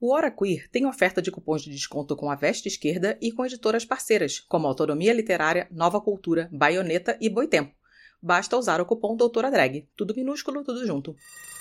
O Hora Queer tem oferta de cupons de desconto com a Veste Esquerda e com editoras parceiras, como Autonomia Literária, Nova Cultura, Baioneta e Boitempo. Basta usar o cupom Doutora Drag. Tudo minúsculo, tudo junto.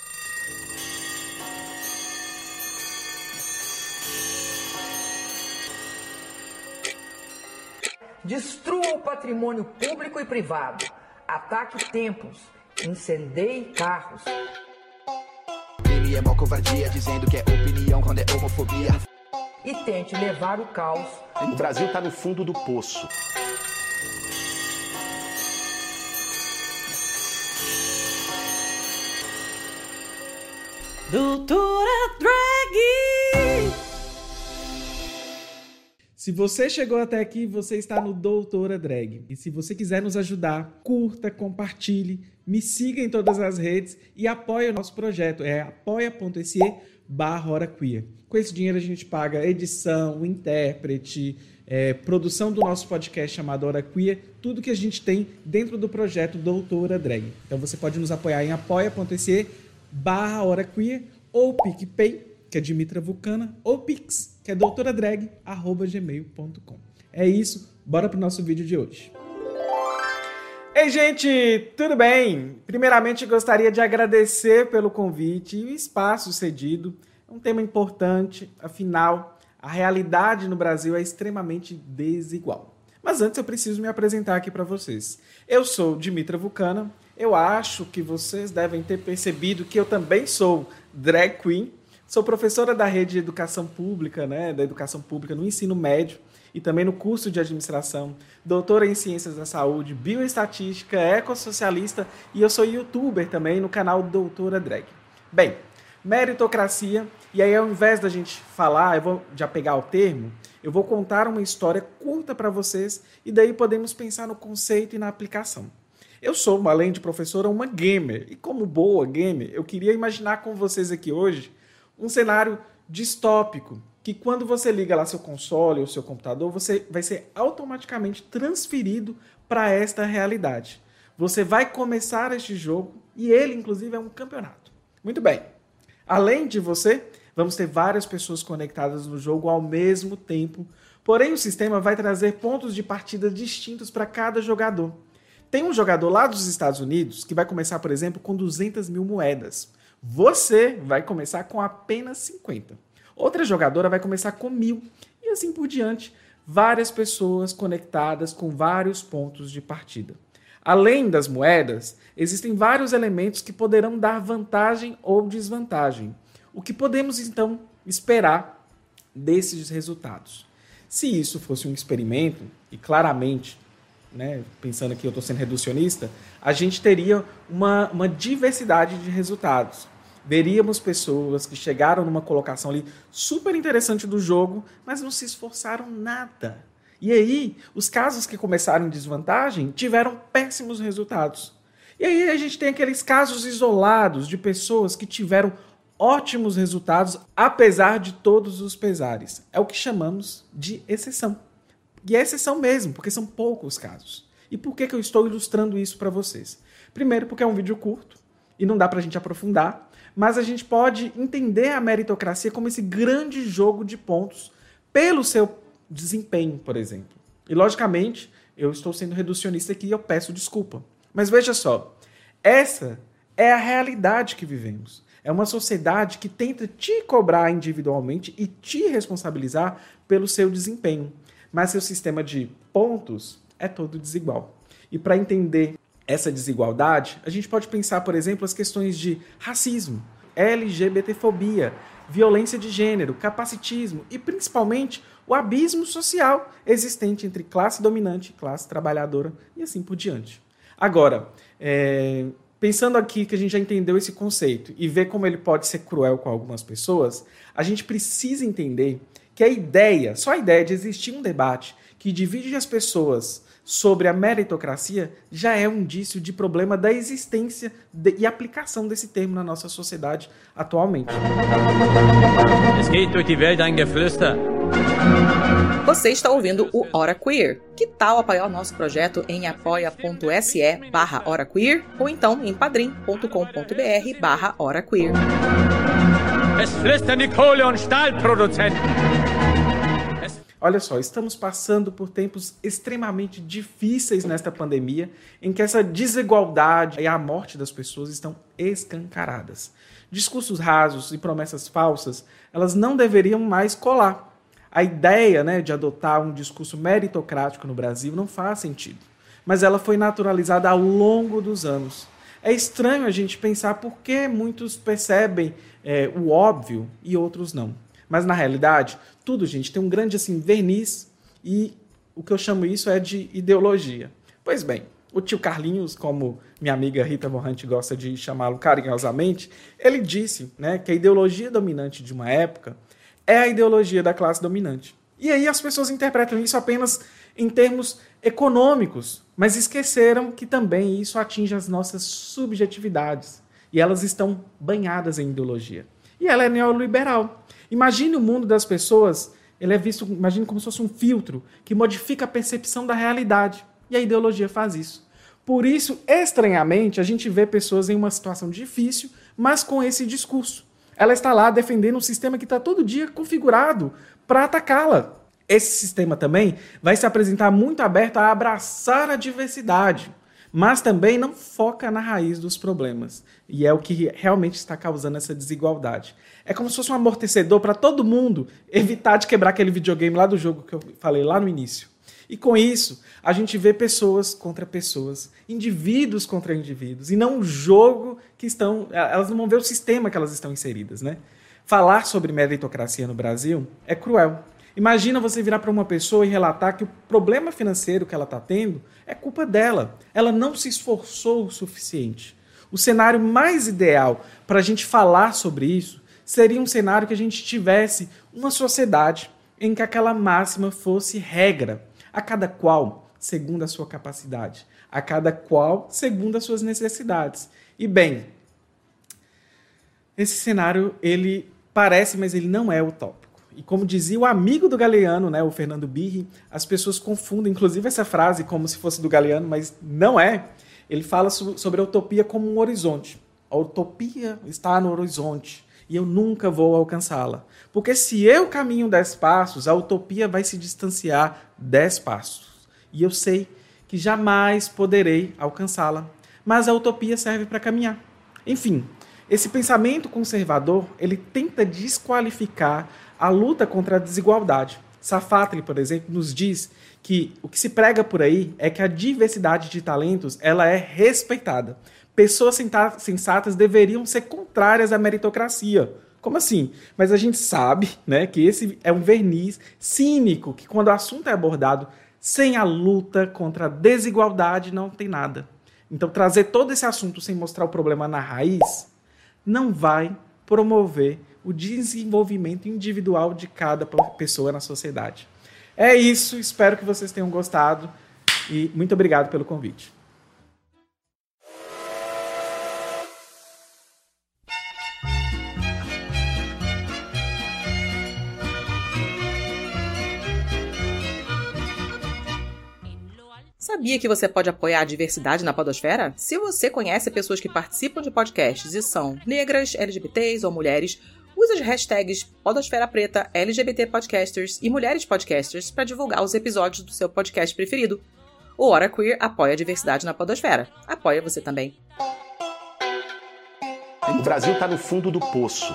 Destrua o patrimônio público e privado. Ataque templos. Incendeie carros. Ele é mó covardia, dizendo que é opinião quando é homofobia. E tente levar o caos. O Brasil está no fundo do poço. Doutora Drag! Se você chegou até aqui, você está no Doutora Drag. E se você quiser nos ajudar, curta, compartilhe, me siga em todas as redes e apoie o nosso projeto. É apoia.se/HoraQueer. Com esse dinheiro a gente paga edição, intérprete, produção do nosso podcast chamado Hora Queer, tudo que a gente tem dentro do projeto Doutora Drag. Então você pode nos apoiar em apoia.se/HoraQueer ou PicPay, que é Dimitra Vulcana, ou Pix, que é doutoradrag@gmail.com. É isso, bora pro nosso vídeo de hoje. Ei, gente, tudo bem? Primeiramente, gostaria de agradecer pelo convite e o espaço cedido. É um tema importante, afinal, a realidade no Brasil é extremamente desigual. Mas antes eu preciso me apresentar aqui para vocês. Eu sou Dimitra Vulcana, eu acho que vocês devem ter percebido que eu também sou drag queen. Sou professora da rede de educação pública, da educação pública no ensino médio e também no curso de administração, doutora em ciências da saúde, bioestatística, ecossocialista e eu sou youtuber também no canal Doutora Drag. Bem, meritocracia, e aí ao invés da gente falar, eu vou já pegar o termo, eu vou contar uma história curta para vocês e daí podemos pensar no conceito e na aplicação. Eu sou, além de professora, uma gamer e como boa gamer, eu queria imaginar com vocês aqui hoje um cenário distópico, que quando você liga lá seu console ou seu computador, você vai ser automaticamente transferido para esta realidade. Você vai começar este jogo e ele, inclusive, é um campeonato. Muito bem. Além de você, vamos ter várias pessoas conectadas no jogo ao mesmo tempo, porém o sistema vai trazer pontos de partida distintos para cada jogador. Tem um jogador lá dos Estados Unidos que vai começar, por exemplo, com 200 mil moedas. Você vai começar com apenas 50. Outra jogadora vai começar com 1.000. E assim por diante, várias pessoas conectadas com vários pontos de partida. Além das moedas, existem vários elementos que poderão dar vantagem ou desvantagem. O que podemos, então, esperar desses resultados? Se isso fosse um experimento, e claramente, pensando que eu estou sendo reducionista, a gente teria uma diversidade de resultados. Veríamos pessoas que chegaram numa colocação ali super interessante do jogo, mas não se esforçaram nada. E aí, os casos que começaram em desvantagem tiveram péssimos resultados. E aí a gente tem aqueles casos isolados de pessoas que tiveram ótimos resultados, apesar de todos os pesares. É o que chamamos de exceção. E é exceção mesmo, porque são poucos casos. E por que eu estou ilustrando isso para vocês? Primeiro, porque é um vídeo curto e não dá para a gente aprofundar, mas a gente pode entender a meritocracia como esse grande jogo de pontos pelo seu desempenho, por exemplo. E, logicamente, eu estou sendo reducionista aqui e eu peço desculpa. Mas veja só, essa é a realidade que vivemos. É uma sociedade que tenta te cobrar individualmente e te responsabilizar pelo seu desempenho. Mas seu sistema de pontos é todo desigual. E para entender essa desigualdade, a gente pode pensar, por exemplo, as questões de racismo, LGBTfobia, violência de gênero, capacitismo e, principalmente, o abismo social existente entre classe dominante e classe trabalhadora e assim por diante. Agora, pensando aqui que a gente já entendeu esse conceito e vê como ele pode ser cruel com algumas pessoas, a gente precisa entender que só a ideia de existir um debate que divide as pessoas sobre a meritocracia já é um indício de problema da existência e aplicação desse termo na nossa sociedade atualmente. Es geht durch die Welt ein Geflüster. Você está ouvindo o Hora Queer. Que tal apoiar o nosso projeto em apoia.se/HoraQueer ou então em padrim.com.br/HoraQueer. Es flüstern die Kohle- und Stahlproduzenten. Olha só, estamos passando por tempos extremamente difíceis nesta pandemia, em que essa desigualdade e a morte das pessoas estão escancaradas. Discursos rasos e promessas falsas, elas não deveriam mais colar. A ideia, de adotar um discurso meritocrático no Brasil não faz sentido, mas ela foi naturalizada ao longo dos anos. É estranho a gente pensar por que muitos percebem o óbvio e outros não. Mas, na realidade, tudo, gente, tem um grande verniz e o que eu chamo isso é de ideologia. Pois bem, o tio Carlinhos, como minha amiga Rita Von Hunt gosta de chamá-lo carinhosamente, ele disse que a ideologia dominante de uma época é a ideologia da classe dominante. E aí as pessoas interpretam isso apenas em termos econômicos, mas esqueceram que também isso atinge as nossas subjetividades. E elas estão banhadas em ideologia. E ela é neoliberal. Imagine o mundo das pessoas, ele é visto, imagine como se fosse um filtro que modifica a percepção da realidade. E a ideologia faz isso. Por isso, estranhamente, a gente vê pessoas em uma situação difícil, mas com esse discurso. Ela está lá defendendo um sistema que está todo dia configurado para atacá-la. Esse sistema também vai se apresentar muito aberto a abraçar a diversidade, mas também não foca na raiz dos problemas. E é o que realmente está causando essa desigualdade. É como se fosse um amortecedor para todo mundo evitar de quebrar aquele videogame lá do jogo que eu falei lá no início. E com isso, a gente vê pessoas contra pessoas, indivíduos contra indivíduos, e não um jogo que estão... Elas não vão ver o sistema que elas estão inseridas, Falar sobre meritocracia no Brasil é cruel. Imagina você virar para uma pessoa e relatar que o problema financeiro que ela está tendo é culpa dela. Ela não se esforçou o suficiente. O cenário mais ideal para a gente falar sobre isso seria um cenário que a gente tivesse uma sociedade em que aquela máxima fosse regra, a cada qual segundo a sua capacidade, a cada qual segundo as suas necessidades. E bem, esse cenário ele parece, mas ele não é utópico. E como dizia o amigo do Galeano, o Fernando Birri, as pessoas confundem, inclusive, essa frase como se fosse do Galeano, mas não é. Ele fala sobre a utopia como um horizonte. A utopia está no horizonte e eu nunca vou alcançá-la. Porque se eu caminho 10 passos, a utopia vai se distanciar 10 passos. E eu sei que jamais poderei alcançá-la. Mas a utopia serve para caminhar. Enfim, esse pensamento conservador, ele tenta desqualificar a luta contra a desigualdade. Safatli, por exemplo, nos diz que o que se prega por aí é que a diversidade de talentos ela é respeitada. Pessoas sensatas deveriam ser contrárias à meritocracia. Como assim? Mas a gente sabe que esse é um verniz cínico, que quando o assunto é abordado sem a luta contra a desigualdade não tem nada. Então trazer todo esse assunto sem mostrar o problema na raiz não vai promover o desenvolvimento individual de cada pessoa na sociedade. É isso, espero que vocês tenham gostado e muito obrigado pelo convite. Sabia que você pode apoiar a diversidade na podosfera? Se você conhece pessoas que participam de podcasts e são negras, LGBTs ou mulheres, use as hashtags Podosfera Preta, LGBT Podcasters e Mulheres Podcasters para divulgar os episódios do seu podcast preferido. O Hora Queer apoia a diversidade na podosfera. Apoia você também. O Brasil está no fundo do poço.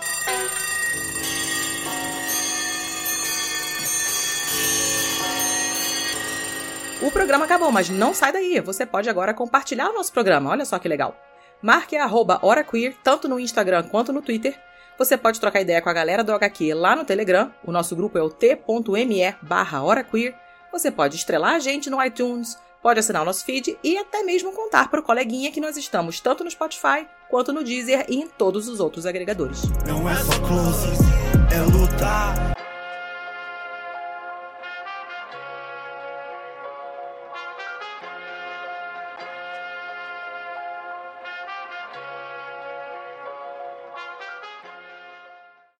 O programa acabou, mas não sai daí. Você pode agora compartilhar o nosso programa. Olha só que legal. Marque @HoraQueer, tanto no Instagram quanto no Twitter. Você pode trocar ideia com a galera do HQ lá no Telegram. O nosso grupo é o t.me/HoraQueer. Você pode estrelar a gente no iTunes, pode assinar o nosso feed e até mesmo contar para o coleguinha que nós estamos tanto no Spotify quanto no Deezer e em todos os outros agregadores. Não é só close, é lutar.